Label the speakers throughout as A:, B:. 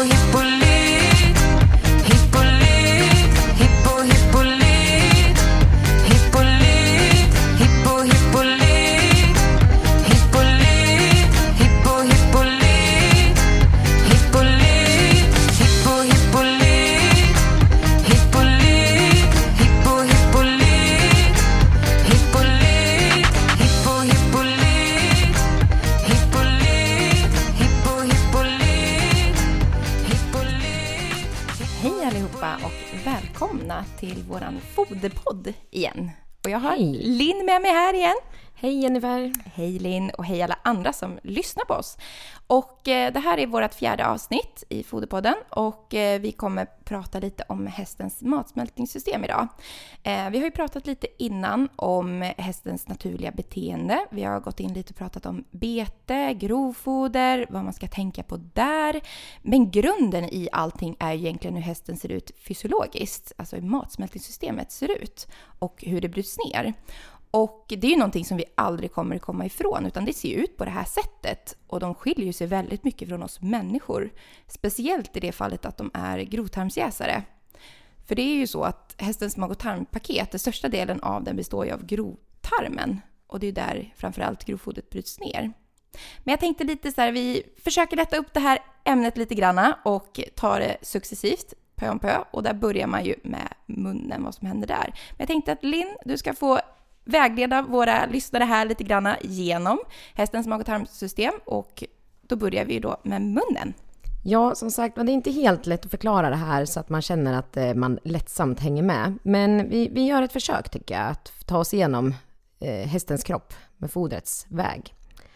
A: hippolyt, hippolyt, hippo, hippolyt, hippolyt, hippo, hippolyt, hippolyt, hippo, hippolyt, hippolyt, hippo, hippolyt, hippolyt, hippo, hippolyt, hippolyt, hippo, hippolyt, hippolyt, hippo, hippolyt, hippolyt. Hej allihopa och välkomna till våran foderpodd igen. Och jag har
B: Hej.
A: Linn med mig här igen.
B: Hej Jennifer.
A: Hej Linn och hej alla andra som lyssnar på oss. Och det här är vårt 4:e avsnitt i Foderpodden och vi kommer prata lite om hästens matsmältningssystem idag. Vi har ju pratat lite innan om hästens naturliga beteende. Vi har gått in lite och pratat om bete, grovfoder, vad man ska tänka på där. Men grunden i allting är egentligen hur hästen ser ut fysiologiskt, alltså hur matsmältningssystemet ser ut och hur det bryts ner. Och det är ju någonting som vi aldrig kommer att komma ifrån, utan det ser ju ut på det här sättet. Och de skiljer sig väldigt mycket från oss människor. Speciellt i det fallet att de är grovtarmsjäsare. För det är ju så att hästens mag- och tarmpaket, den största delen av den består ju av grovtarmen. Och det är där framförallt grovfodret bryts ner. Men jag tänkte lite så här, vi försöker lätta upp det här ämnet lite granna och tar det successivt. Pö om pö. Och där börjar man ju med munnen, vad som händer där. Men jag tänkte att Linn, du ska få vägleda våra lyssnare här lite grann genom hästens mag- och tarmsystem, och då börjar vi då med munnen.
B: Ja, som sagt, det är inte helt lätt att förklara det här så att man känner att man lättsamt hänger med. Men vi gör ett försök tycker jag att ta oss igenom hästens kropp med fodrets väg.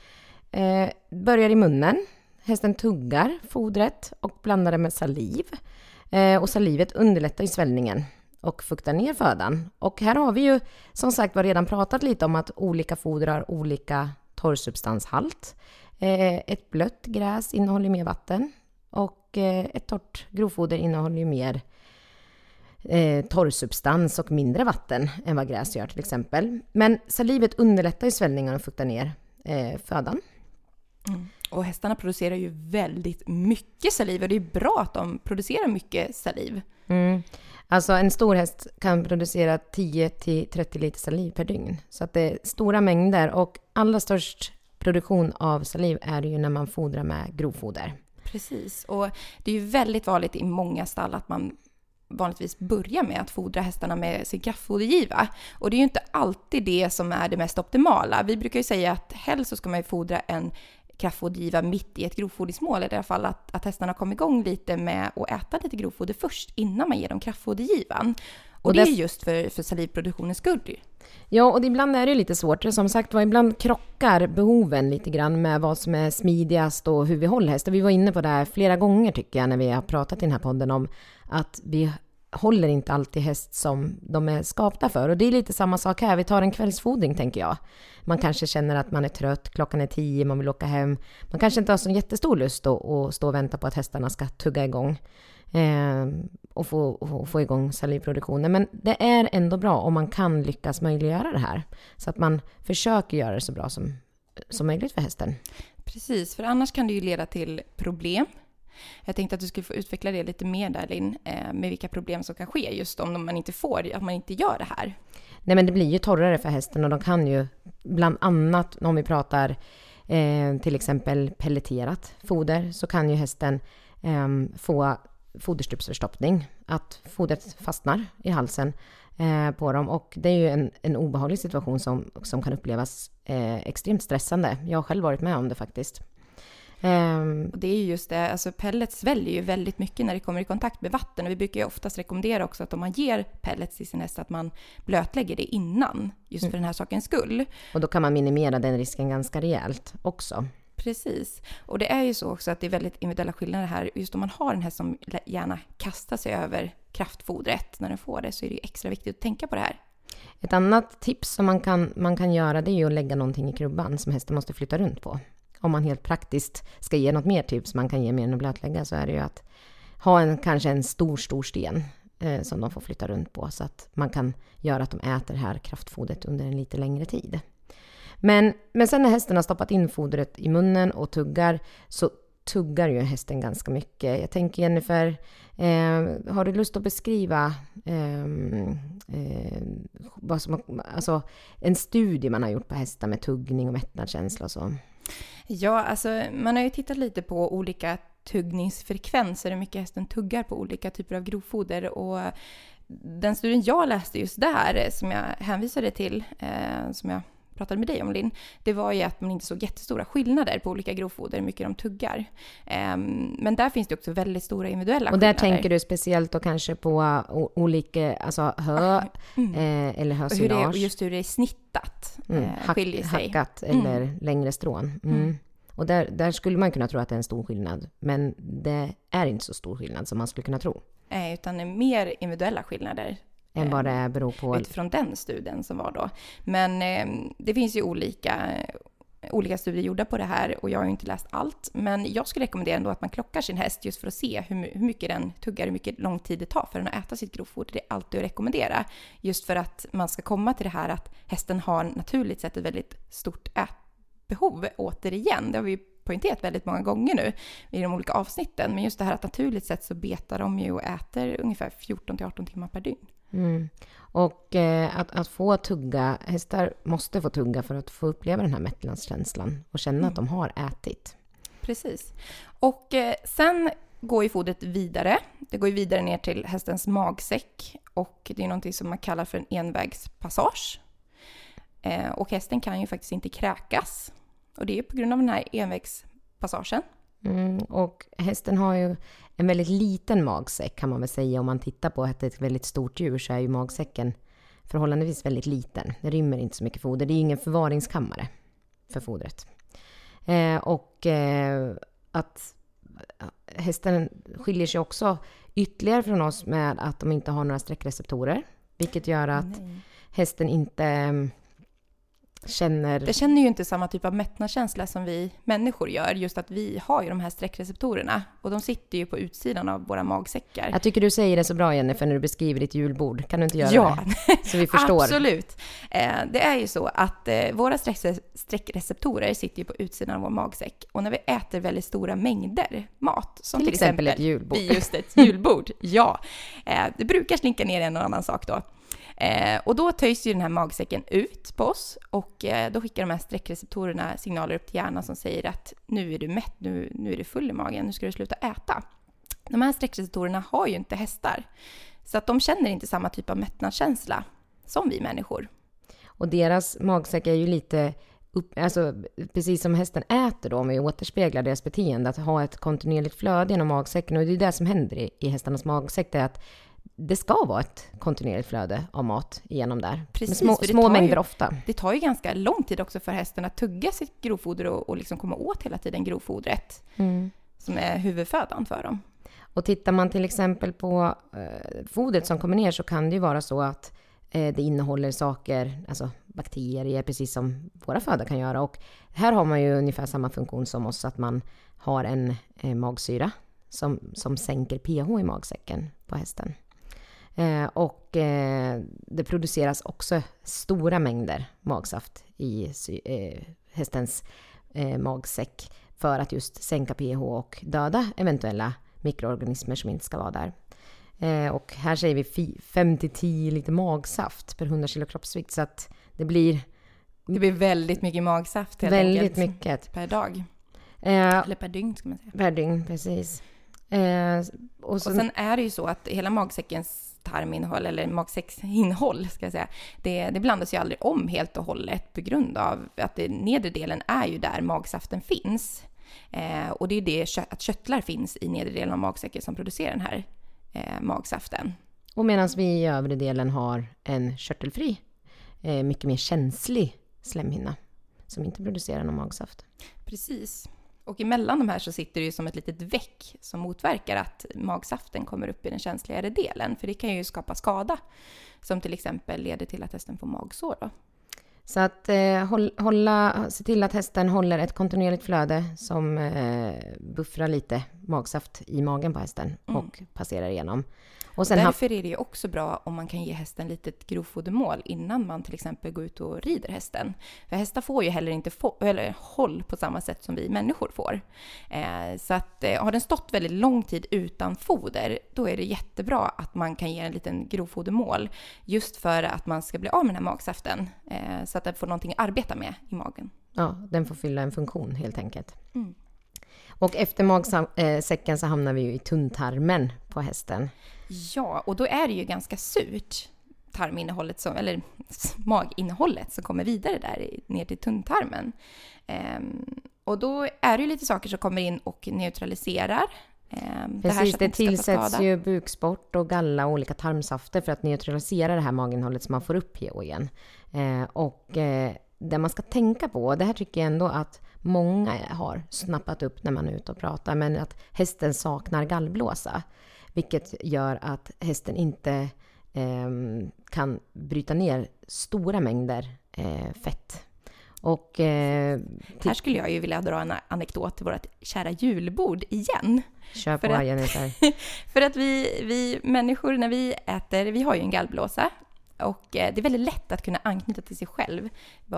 B: Börjar i munnen. Hästen tuggar fodret och blandar det med saliv. Och salivet underlättar ju svällningen och fuktar ner födan. Och här har vi ju som sagt redan pratat lite om att olika foder har olika torrsubstanshalt. Ett blött gräs innehåller mer vatten och ett torrt grovfoder innehåller ju mer torrsubstans och mindre vatten än vad gräs gör till exempel. Men salivet underlättar ju svällningen och fuktar ner födan.
A: Mm. Och hästarna producerar ju väldigt mycket saliv, och det är bra att de producerar mycket saliv.
B: Mm. Alltså en stor häst kan producera 10-30 liter saliv per dygn. Så att det är stora mängder, och allra störst produktion av saliv är det ju när man fodrar med grovfoder.
A: Precis, och det är ju väldigt vanligt i många stall att man vanligtvis börjar med att fodra hästarna med sin kraftfodergiva. Och det är ju inte alltid det som är det mest optimala. Vi brukar ju säga att helst så ska man ju fodra en kraftfodergiva mitt i ett grovfodringsmål, i alla fall att hästarna kommer igång lite med att äta lite grovfoder först innan man ger dem kraftfodergivan. Och det är just för salivproduktionens skull.
B: Ja, och ibland är det lite svårt. Som sagt, ibland krockar behoven lite grann med vad som är smidigast och hur vi håller hästar. Vi var inne på det här flera gånger tycker jag när vi har pratat i den här podden om att vi håller inte alltid häst som de är skapta för. Och det är lite samma sak här. Vi tar en kvällsfodring tänker jag. Man kanske känner att man är trött, klockan är 10, man vill åka hem. Man kanske inte har så jättestor lust att stå och vänta på att hästarna ska tugga igång och få igång salivproduktionen. Men det är ändå bra om man kan lyckas möjliggöra det här. Så att man försöker göra det så bra som möjligt för hästen.
A: Precis, för annars kan det ju leda till problem. Jag tänkte att du skulle få utveckla det lite mer där, Linn, med vilka problem som kan ske just om man inte gör det här.
B: Nej, men det blir ju torrare för hästen, och de kan ju bland annat, om vi pratar till exempel pelleterat foder, så kan ju hästen få foderstupsförstoppning, att fodret fastnar i halsen på dem, och det är ju en obehaglig situation som kan upplevas extremt stressande. Jag har själv varit med om det faktiskt.
A: Och det är ju just det, alltså pellets sväljer ju väldigt mycket när det kommer i kontakt med vatten, och vi brukar ju oftast rekommendera också att om man ger pellets till sin häst att man blötlägger det innan, just för den här sakens skull.
B: Och då kan man minimera den risken ganska rejält också.
A: Precis, och det är ju så också att det är väldigt individuella skillnader här. Just om man har en häst som gärna kastar sig över kraftfodret när den får det, så är det ju extra viktigt att tänka på det här.
B: Ett annat tips som man kan göra, det är ju att lägga någonting i krubban som hästen måste flytta runt på. Om man helt praktiskt ska ge något mer tips man kan ge mer än att blötlägga, så är det ju att ha kanske en stor sten som de får flytta runt på, så att man kan göra att de äter det här kraftfodret under en lite längre tid. Men sen när hästen har stoppat in fodret i munnen och tuggar, så tuggar ju hästen ganska mycket. Jag tänker Jennifer, har du lust att beskriva vad som, alltså en studie man har gjort på hästar med tuggning och mättnadskänsla och så?
A: Ja, alltså man har ju tittat lite på olika tuggningsfrekvenser, hur mycket hästen tuggar på olika typer av grovfoder, och den studien jag läste just där, som jag hänvisade till, som jag pratade med dig om, Linn, det var ju att man inte såg jättestora skillnader på olika grovfoder, hur mycket de tuggar. Men där finns det också väldigt stora individuella skillnader.
B: Och där tänker du speciellt då kanske på olika, alltså eller hösilage.
A: Och just hur det är snittat skiljer sig.
B: Hackat eller längre strån. Och där skulle man kunna tro att det är en stor skillnad. Men det är inte så stor skillnad som man skulle kunna tro.
A: Utan det är mer individuella skillnader.
B: Än vad det beror på.
A: Utifrån den studien som var då. Men det finns ju olika studier gjorda på det här, och jag har ju inte läst allt. Men jag skulle rekommendera ändå att man klockar sin häst just för att se hur mycket den tuggar, hur mycket lång tid det tar för den att äta sitt grovfoder. Det är alltid att rekommendera. Just för att man ska komma till det här att hästen har naturligt sett ett väldigt stort ätbehov återigen. Det har vi ju poängterat väldigt många gånger nu i de olika avsnitten. Men just det här att naturligt sett så betar de ju och äter ungefär 14-18 timmar per dygn.
B: Och att få tugga, hästar måste få tugga för att få uppleva den här mättnadskänslan och känna att de har ätit.
A: Precis. Och sen går ju fodret vidare. Det går ju vidare ner till hästens magsäck, och det är någonting som man kallar för en envägspassage. Och hästen kan ju faktiskt inte kräkas, och det är på grund av den här envägspassagen.
B: Och hästen har ju en väldigt liten magsäck, kan man väl säga. Om man tittar på att det är ett väldigt stort djur så är ju magsäcken förhållandevis väldigt liten. Det rymmer inte så mycket foder. Det är ingen förvaringskammare för fodret. Att hästen skiljer sig också ytterligare från oss med att de inte har några sträckreceptorer. Vilket gör att hästen inte känner...
A: Det känner ju inte samma typ av mättnadskänsla som vi människor gör. Just att vi har ju de här sträckreceptorerna. Och de sitter ju på utsidan av våra magsäckar.
B: Jag tycker du säger det så bra, Jennifer, när du beskriver ditt julbord. Kan du inte göra det? Så vi förstår.
A: Absolut. Det är ju så att våra sträckreceptorer sitter ju på utsidan av vår magsäck. Och när vi äter väldigt stora mängder mat, som till exempel
B: ett julbord.
A: Just ett julbord. Ja. Det brukar slinka ner en och annan sak då. Och då töjs ju den här magsäcken ut på oss, och då skickar de här sträckreceptorerna signaler upp till hjärnan som säger att nu är du mätt, nu är du full i magen, nu ska du sluta äta. De här sträckreceptorerna har ju inte hästar, så att de känner inte samma typ av mättnadskänsla som vi människor.
B: Och deras magsäck är ju lite, alltså, precis som hästen äter då, om vi återspeglar deras beteende, att ha ett kontinuerligt flöde genom magsäcken. Och det är det som händer i hästarnas magsäck, det är att det ska vara ett kontinuerligt flöde av mat igenom där.
A: Precis,
B: med små mängder ofta.
A: Det tar ju ganska lång tid också för hästen att tugga sitt grovfoder och liksom komma åt hela tiden grovfodret som är huvudfödan för dem.
B: Och tittar man till exempel på fodret som kommer ner, så kan det ju vara så att det innehåller saker, alltså bakterier, precis som våra föda kan göra. Och här har man ju ungefär samma funktion som oss, att man har en magsyra som sänker pH i magsäcken på hästen. Det produceras också stora mängder magsaft i hästens magsäck för att just sänka pH och döda eventuella mikroorganismer som inte ska vara där. Och här säger vi 5-10 liter magsaft per 100 kilo kroppsvikt, så att det blir
A: väldigt mycket magsaft helt
B: väldigt
A: enkelt,
B: mycket
A: per dag. Eller per dygn ska man säga.
B: Per dygn, precis.
A: Och sen är det ju så att hela magsäckens tarminnehåll, eller magsäcksinnehåll ska jag säga, det blandas ju aldrig om helt och hållet på grund av att den nedre delen är ju där magsaften finns. Och det är det att köttlar finns i nedre delen av magsäcken som producerar den här magsaften.
B: Och medan vi i övre delen har en körtelfri, mycket mer känslig slemhinna som inte producerar någon magsaft.
A: Precis. Och emellan de här så sitter det ju som ett litet väck som motverkar att magsaften kommer upp i den känsligare delen. För det kan ju skapa skada, som till exempel leder till att hästen får magsår då.
B: Så att se till att hästen håller ett kontinuerligt flöde som buffrar lite magsaft i magen på hästen och passerar igenom. Och sen
A: därför är det ju också bra om man kan ge hästen lite grovfodermål innan man till exempel går ut och rider hästen. För hästar får ju heller inte håll på samma sätt som vi människor får. Så att har den stått väldigt lång tid utan foder, då är det jättebra att man kan ge en liten grovfodermål. Just för att man ska bli av med den här magsaften. Så att den får någonting att arbeta med i magen.
B: Ja, den får fylla en funktion helt enkelt. Och efter magsäcken så hamnar vi ju i tunntarmen på hästen.
A: Ja, och då är det ju ganska surt tarminnehållet eller maginnehållet som kommer vidare där ner till tunntarmen. Och då är det ju lite saker som kommer in och neutraliserar.
B: Precis, det tillsätts ju buksport och galla och olika tarmsafter för att neutralisera det här maginnehållet som man får upp igen. Det man ska tänka på, det här tycker jag ändå att många har snappat upp när man är ute och pratar, men att hästen saknar gallblåsa. Vilket gör att hästen inte kan bryta ner stora mängder fett. Och,
A: här skulle jag ju vilja dra en anekdot till vårt kära julbord igen.
B: Kör på Jennifer.
A: För att vi människor när vi äter, vi har ju en gallblåsa. Och det är väldigt lätt att kunna anknyta till sig själv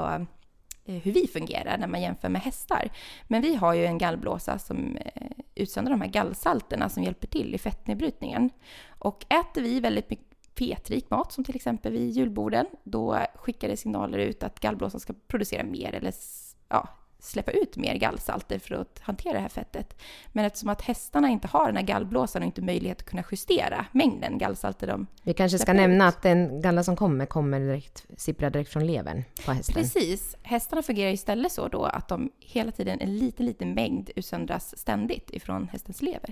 A: hur vi fungerar när man jämför med hästar. Men vi har ju en gallblåsa som utsöndrar de här gallsalterna som hjälper till i fettnedbrytningen. Och äter vi väldigt mycket fetrik mat som till exempel vid julborden, då skickar det signaler ut att gallblåsan ska producera mer eller släppa ut mer gallsalter för att hantera det här fettet. Men eftersom att hästarna inte har den här gallblåsan och inte möjlighet att kunna justera mängden gallsalter de
B: Vi kanske ska nämna att den galla som sipprar direkt från levern på hästen.
A: Precis. Hästarna fungerar istället så då att de hela tiden en liten mängd utsöndras ständigt ifrån hästens lever.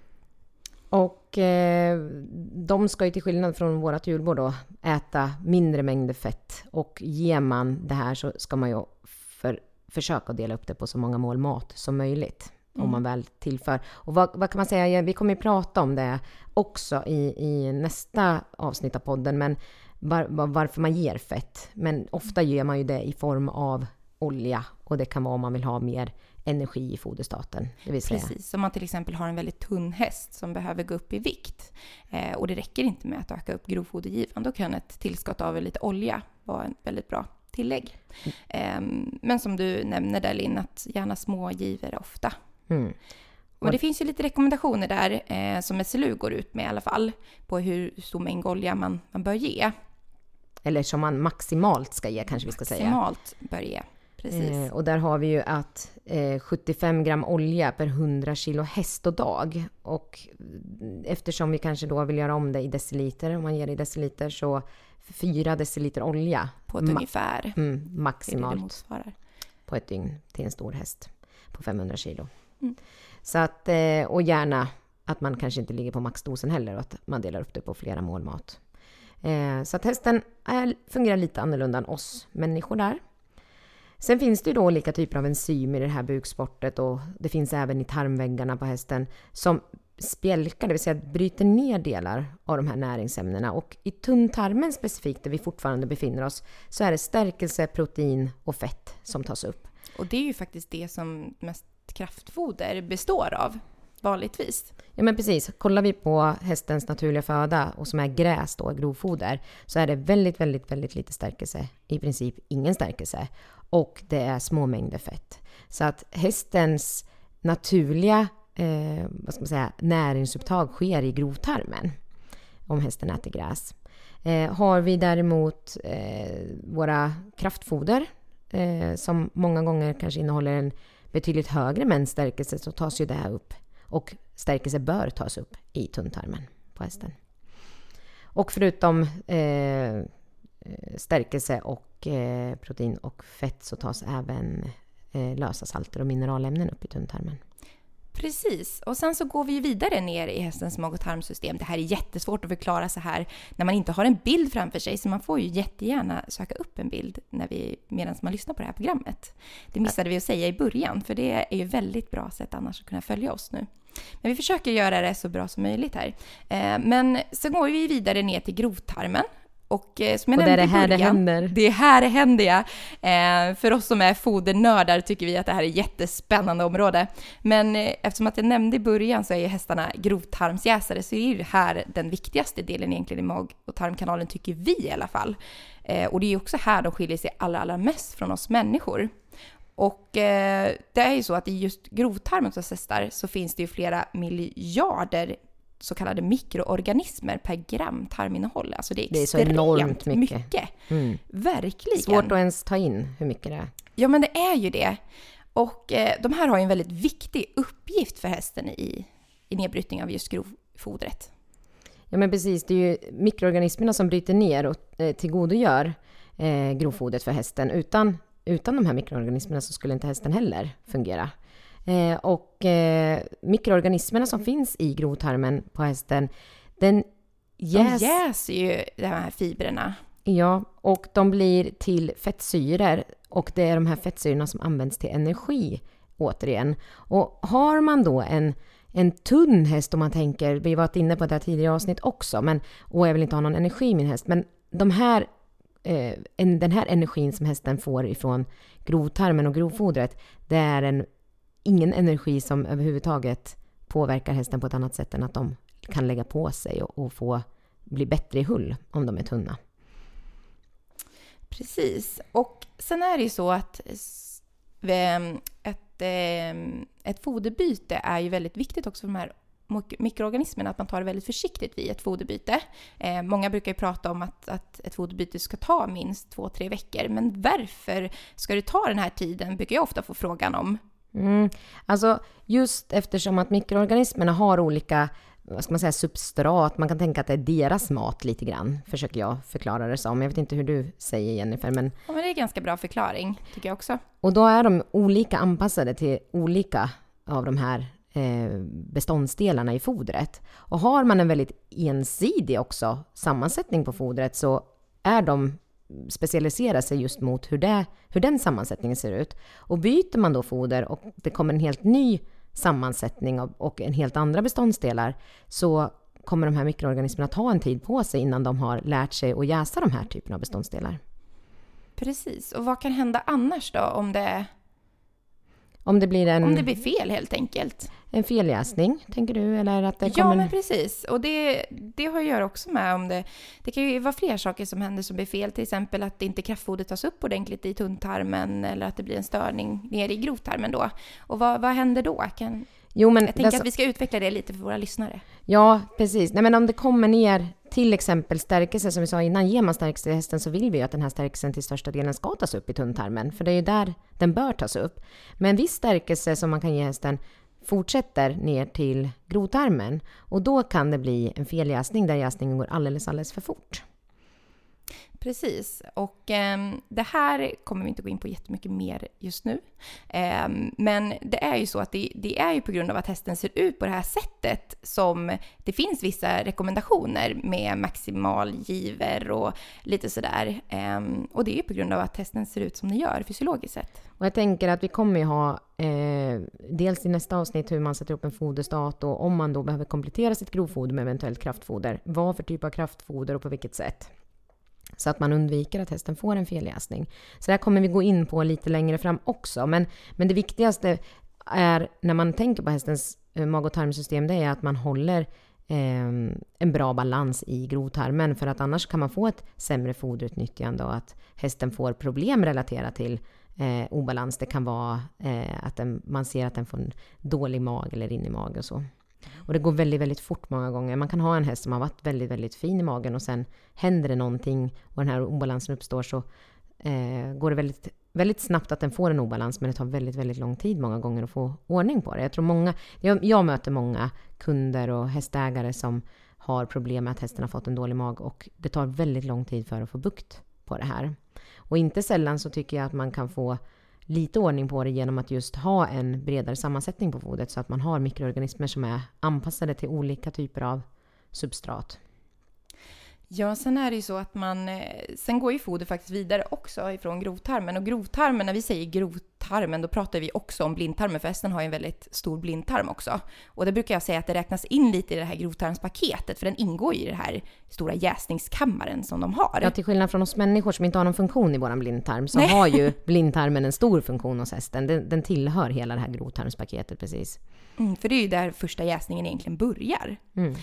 B: Och de ska ju till skillnad från vårat julbord då äta mindre mängder fett. Och ger man det här så ska man ju försöka dela upp det på så många mål mat som möjligt. Om man väl tillför. Och vad kan man säga? Vi kommer ju prata om det också i nästa avsnitt av podden. Men varför man ger fett. Men ofta ger man ju det i form av olja. Och det kan vara om man vill ha mer energi i foderstaten. Det vill säga.
A: Precis, om man till exempel har en väldigt tunn häst som behöver gå upp i vikt. Och det räcker inte med att öka upp grovfodergivan. Då kan ett tillskott av lite olja vara en väldigt bra tillägg. Men som du nämner där, Linn, att gärna små giver ofta. Men det finns ju lite rekommendationer där som SLU går ut med i alla fall på hur stor mängd olja man bör ge.
B: Eller som man maximalt ska ge, kanske vi ska säga.
A: Maximalt bör ge, precis.
B: Och där har vi ju att 75 gram olja per 100 kilo häst och dag. Och eftersom vi kanske då vill göra om det i deciliter, om man ger det i deciliter, så 4 deciliter olja.
A: På ett ungefär.
B: Maximalt.
A: Det
B: på ett dygn till en stor häst på 500 kilo. Så att, och gärna att man kanske inte ligger på maxdosen heller och att man delar upp det på flera mål mat. Så att hästen fungerar lite annorlunda än oss människor där. Sen finns det ju då olika typer av enzym i det här bukspottet och det finns även i tarmväggarna på hästen som spjälkar, det vill säga bryter ner delar av de här näringsämnena. Och i tunntarmen specifikt, där vi fortfarande befinner oss, så är det stärkelse, protein och fett som tas upp.
A: Och det är ju faktiskt det som mest kraftfoder består av, vanligtvis.
B: Ja, men precis. Kollar vi på hästens naturliga föda och som är gräs då, grovfoder, så är det väldigt, väldigt, väldigt lite stärkelse. I princip ingen stärkelse. Och det är små mängder fett. Så att hästens naturliga näringsupptag sker i grovtarmen om hästen äter gräs. Har vi däremot våra kraftfoder som många gånger kanske innehåller en betydligt högre mängd stärkelse, så tas ju det här upp. Och stärkelse bör tas upp i tunntarmen på hästen. Och förutom stärkelse och protein och fett så tas även lösa salter och mineralämnen upp i tunntarmen.
A: Precis, och sen så går vi ju vidare ner i hästens mag- och tarmsystem. Det här är jättesvårt att förklara så här när man inte har en bild framför sig, så man får ju jättegärna söka upp en bild medan man lyssnar på det här programmet. Det missade vi att säga i början, för det är ju väldigt bra sätt annars att kunna följa oss nu. Men vi försöker göra det så bra som möjligt här. Men så går vi vidare ner till grovtarmen. Och som jag nämnde i början,
B: det händer.
A: Det är här det händer, ja. För oss som är fodernördar tycker vi att det här är ett jättespännande område. Men eftersom att jag nämnde i början så är ju hästarna grovtarmsjäsare, så är ju det här den viktigaste delen egentligen i mag- och tarmkanalen, tycker vi i alla fall. Och det är ju också här de skiljer sig allra mest från oss människor. Och det är ju så att i just grovtarmen hos hästar så finns det ju flera miljarder så kallade mikroorganismer per gram tarminnehåll. Alltså det är
B: så enormt mycket.
A: Verkligen.
B: Svårt att ens ta in hur mycket det är.
A: Ja, men det är ju det. Och de här har ju en väldigt viktig uppgift för hästen i nedbrytning av just grovfodret.
B: Ja, men precis. Det är ju mikroorganismerna som bryter ner och tillgodogör grovfodret för hästen. Utan de här mikroorganismerna så skulle inte hästen heller fungera. Och mikroorganismerna som finns i grovtarmen på hästen, de
A: jäser ju de här fibrerna.
B: Ja, och de blir till fettsyror, och det är de här fettsyrorna som används till energi återigen. Och har man då en tunn häst, om man tänker, vi var inne på det här tidigare avsnitt också, och jag vill inte ha någon energi i min häst, men den här energin som hästen får ifrån grovtarmen och grovfodret, det är ingen energi som överhuvudtaget påverkar hästen på ett annat sätt än att de kan lägga på sig och få bli bättre i hull om de är tunna.
A: Precis. Och sen är det ju så att ett foderbyte är ju väldigt viktigt också för de här mikroorganismerna, att man tar det väldigt försiktigt vid ett foderbyte. Många brukar ju prata om att ett foderbyte ska ta minst 2-3 veckor. Men varför ska det ta den här tiden, brukar jag ofta få frågan om.
B: Alltså just eftersom att mikroorganismerna har olika, vad ska man säga, substrat. Man kan tänka att det är deras mat lite grann, försöker jag förklara det som. Jag vet inte hur du säger, Jennifer. Men
A: det är en ganska bra förklaring, tycker jag också.
B: Och då är de olika anpassade till olika av de här beståndsdelarna i fodret. Och har man en väldigt ensidig också sammansättning på fodret, så är de specialiserar sig just mot hur den sammansättningen ser ut. Och byter man då foder och det kommer en helt ny sammansättning och en helt andra beståndsdelar, så kommer de här mikroorganismerna ta en tid på sig innan de har lärt sig att jäsa de här typerna av beståndsdelar.
A: Precis. Och vad kan hända annars då om det blir fel helt enkelt?
B: En feljäsning, tänker du? Eller att det
A: Ja, men precis. Och det har att göra också med om det kan ju vara fler saker som händer som blir fel. Till exempel att inte kraftfodret tas upp ordentligt i tunntarmen, eller att det blir en störning ner i grovtarmen då. Och vad händer då? Jag tänker att vi ska utveckla det lite för våra lyssnare.
B: Ja, precis. Nej, men om det kommer ner till exempel stärkelse, som vi sa innan, ger man stärkelse till hästen så vill vi att den här stärkelsen till största delen ska tas upp i tunntarmen. För det är ju där den bör tas upp. Men viss stärkelse som man kan ge hästen fortsätter ner till grovtarmen. Och då kan det bli en feljäsning där jäsningen går alldeles för fort.
A: Precis, och det här kommer vi inte gå in på jättemycket mer just nu. Men det är ju så att det är ju på grund av att hästen ser ut på det här sättet som det finns vissa rekommendationer med maximalgiver och lite sådär. Och det är ju på grund av att hästen ser ut som den gör fysiologiskt sett.
B: Och jag tänker att vi kommer ju ha dels i nästa avsnitt hur man sätter upp en foderstat, och om man då behöver komplettera sitt grovfoder med eventuellt kraftfoder. Vad för typ av kraftfoder och på vilket sätt. Så att man undviker att hästen får en feljäsning. Så det här kommer vi gå in på lite längre fram också. Men det viktigaste är, när man tänker på hästens mag- och tarmsystem, det är att man håller en bra balans i grovtarmen. För att annars kan man få ett sämre foderutnyttjande och att hästen får problem relaterat till obalans. Det kan vara att man ser att den får en dålig mag eller in i mag och så. Och det går väldigt, väldigt fort många gånger. Man kan ha en häst som har varit väldigt, väldigt fin i magen och sen händer det någonting och den här obalansen uppstår, så går det väldigt, väldigt snabbt att den får en obalans, men det tar väldigt, väldigt lång tid många gånger att få ordning på det. Jag tror jag möter många kunder och hästägare som har problem med att hästen har fått en dålig mag, och det tar väldigt lång tid för att få bukt på det här. Och inte sällan så tycker jag att man kan få lite ordning på det genom att just ha en bredare sammansättning på fodret, så att man har mikroorganismer som är anpassade till olika typer av substrat.
A: Ja, sen är det ju så att sen går ju foder faktiskt vidare också ifrån grovtarmen. Och grovtarmen, när vi säger grovtarmen, då pratar vi också om blindtarmen, för hästen har ju en väldigt stor blindtarm också. Och det brukar jag säga att det räknas in lite i det här grovtarmspaketet, för den ingår i det här stora jäsningskammaren som de har.
B: Ja, till skillnad från oss människor som inte har någon funktion i våran blindtarm, så har ju blindtarmen en stor funktion hos hästen. Den tillhör hela det här grovtarmspaketet, precis.
A: För det är ju där första jäsningen egentligen börjar.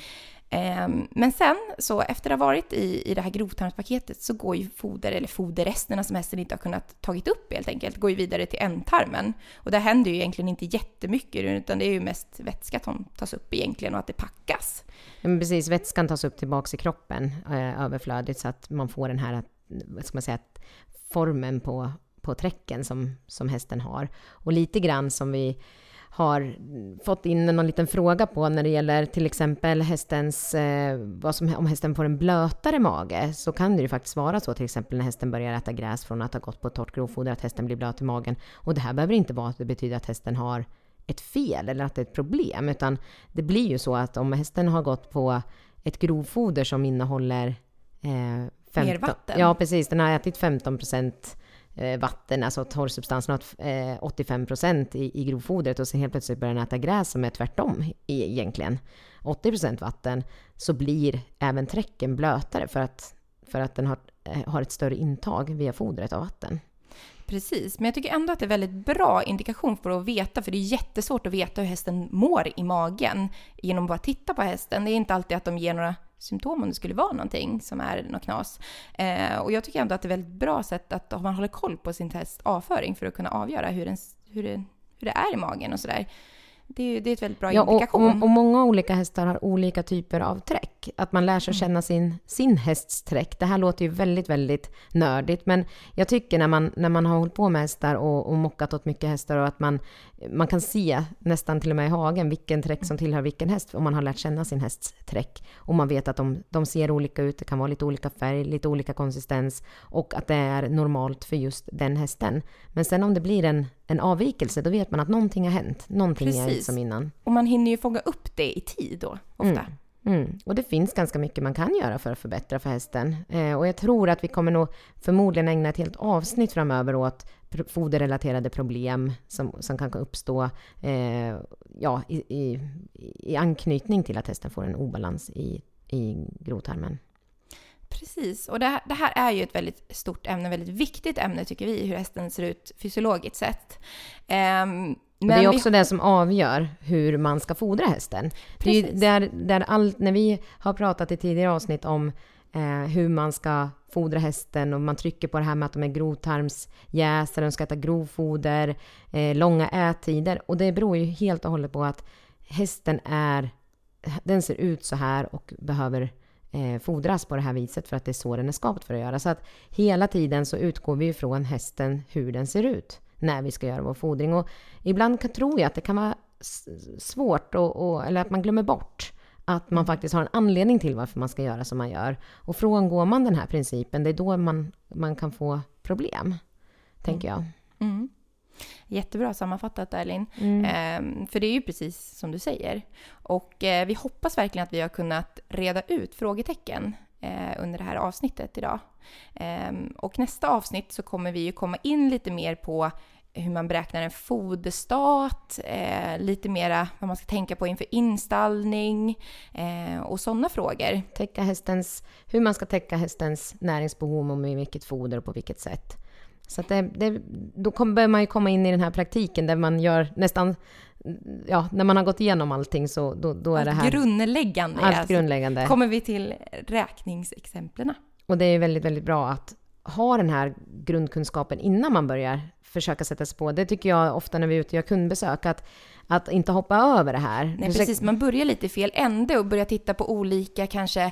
A: Men sen, så efter att ha varit i det här grovtarmspaketet, så går ju foderresterna som hästen inte har kunnat tagit upp helt enkelt, går ju vidare till ändtarmen. Och det händer ju egentligen inte jättemycket, utan det är ju mest vätska som tas upp egentligen och att det packas.
B: Ja, men precis, vätskan tas upp tillbaka i kroppen överflödigt, så att man får den här, vad ska man säga, formen på träcken som hästen har. Och lite grann som vi har fått in någon liten fråga på när det gäller till exempel hästens, om hästen får en blötare mage, så kan det ju faktiskt vara så, till exempel när hästen börjar äta gräs från att ha gått på torrt grovfoder, att hästen blir blöt i magen. Och det här behöver inte vara att det betyder att hästen har ett fel eller att det är ett problem, utan det blir ju så att om hästen har gått på ett grovfoder som innehåller
A: mer vatten.
B: Ja, precis. Den har ätit 15% vatten, alltså torrsubstansen har 85% i grovfodret, och sen helt plötsligt börjar den äta gräs som är tvärtom egentligen. 80% vatten, så blir även träcken blötare för att den har ett större intag via fodret av vatten.
A: Precis, men jag tycker ändå att det är väldigt bra indikation för att veta, för det är jättesvårt att veta hur hästen mår i magen genom att bara titta på hästen. Det är inte alltid att de ger några symptom om det skulle vara någonting som är något knas. Och jag tycker ändå att det är väldigt bra sätt att man håller koll på sin hästs avföring för att kunna avgöra hur det är i magen och sådär. Det är ett väldigt bra indikation.
B: Och många olika hästar har olika typer av träck. Att man lär sig känna sin hästs träck. Det här låter ju väldigt, väldigt nördigt. Men jag tycker när man har hållit på med hästar och mockat åt mycket hästar, och att man kan se nästan till och med i hagen vilken träck som tillhör vilken häst, om man har lärt känna sin hästs träck. Och man vet att de ser olika ut, det kan vara lite olika färg, lite olika konsistens, och att det är normalt för just den hästen. Men sen om det blir en avvikelse, då vet man att någonting har hänt. Någonting är inte som innan.
A: Och man hinner ju fånga upp det i tid då, ofta.
B: Och det finns ganska mycket man kan göra för att förbättra för hästen. Och jag tror att vi kommer nog förmodligen ägna ett helt avsnitt framöver åt foderrelaterade problem som kan uppstå i anknytning till att hästen får en obalans i grovtarmen.
A: Precis, och det här är ju ett väldigt stort ämne, väldigt viktigt ämne tycker vi, hur hästen ser ut fysiologiskt sett. Men
B: det är också det som avgör hur man ska fodra hästen. Det är allt, när vi har pratat i tidigare avsnitt om hur man ska fodra hästen, och man trycker på det här med att de är grovtarmsjäsare, de ska äta grovfoder, långa ättider, och det beror ju helt och hållet på att hästen den ser ut så här och behöver fodras på det här viset för att det är så den är skapat för att göra. Så att hela tiden så utgår vi från hästen hur den ser ut när vi ska göra vår fodring. Och ibland tror jag att det kan vara svårt eller att man glömmer bort att man faktiskt har en anledning till varför man ska göra som man gör. Och frångår man den här principen, det är då man kan få problem, tänker jag.
A: Jättebra sammanfattat, Elin. För det är ju precis som du säger. Och vi hoppas verkligen att vi har kunnat reda ut frågetecken under det här avsnittet idag. Och nästa avsnitt så kommer vi ju komma in lite mer på hur man beräknar en foderstat, lite mera vad man ska tänka på inför installning och sådana frågor.
B: Hur man ska täcka hästens näringsbehov och med vilket foder och på vilket sätt. Så att då börjar man ju komma in i den här praktiken där man gör nästan, när man har gått igenom allting, så då är det här
A: grundläggande. Kommer vi till räkningsexemplen.
B: Och det är väldigt, väldigt bra att ha den här grundkunskapen innan man börjar försöka sätta sig på. Det tycker jag ofta när vi är ute och gör kundbesök, att inte hoppa över det här.
A: Nej, precis. Man börjar lite i fel ände och börjar titta på olika kanske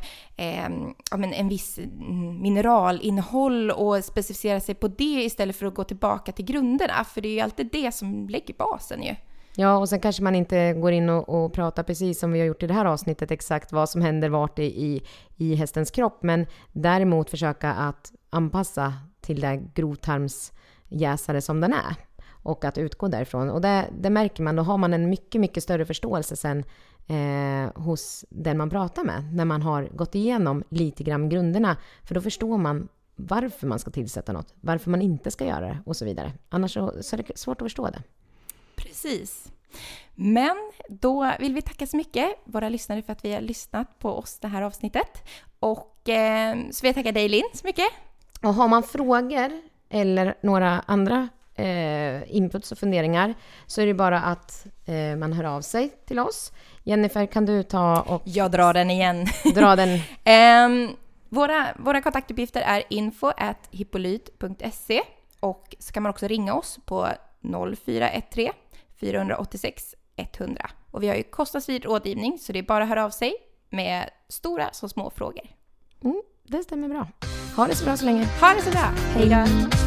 A: en viss mineralinnehåll och specificera sig på det istället för att gå tillbaka till grunderna. För det är ju alltid det som lägger basen ju.
B: Ja, och sen kanske man inte går in och pratar precis som vi har gjort i det här avsnittet exakt vad som händer vart i hästens kropp. Men däremot försöka att anpassa till det grovtarmsjäsare som den är. och att utgå därifrån. Och det märker man, då har man en mycket, mycket större förståelse sen hos den man pratar med, när man har gått igenom lite grann grunderna, för då förstår man varför man ska tillsätta något, varför man inte ska göra det och så vidare. Annars så är det svårt att förstå det.
A: Precis. Men då vill vi tacka så mycket våra lyssnare för att vi har lyssnat på oss det här avsnittet. Och så vill jag tacka dig, Linn, så mycket.
B: Och har man frågor eller några andra inputs och funderingar, så är det bara att man hör av sig till oss. Jennifer, kan du ta och...
A: Jag drar den igen.
B: Dra den.
A: Våra kontaktuppgifter är info@hippolyt.se, och så kan man också ringa oss på 0413 486 100. Och vi har ju kostnadsfri rådgivning, så det är bara att höra av sig med stora som små frågor.
B: Det stämmer bra. Ha det så bra så länge.
A: Ha det så bra. Hej då.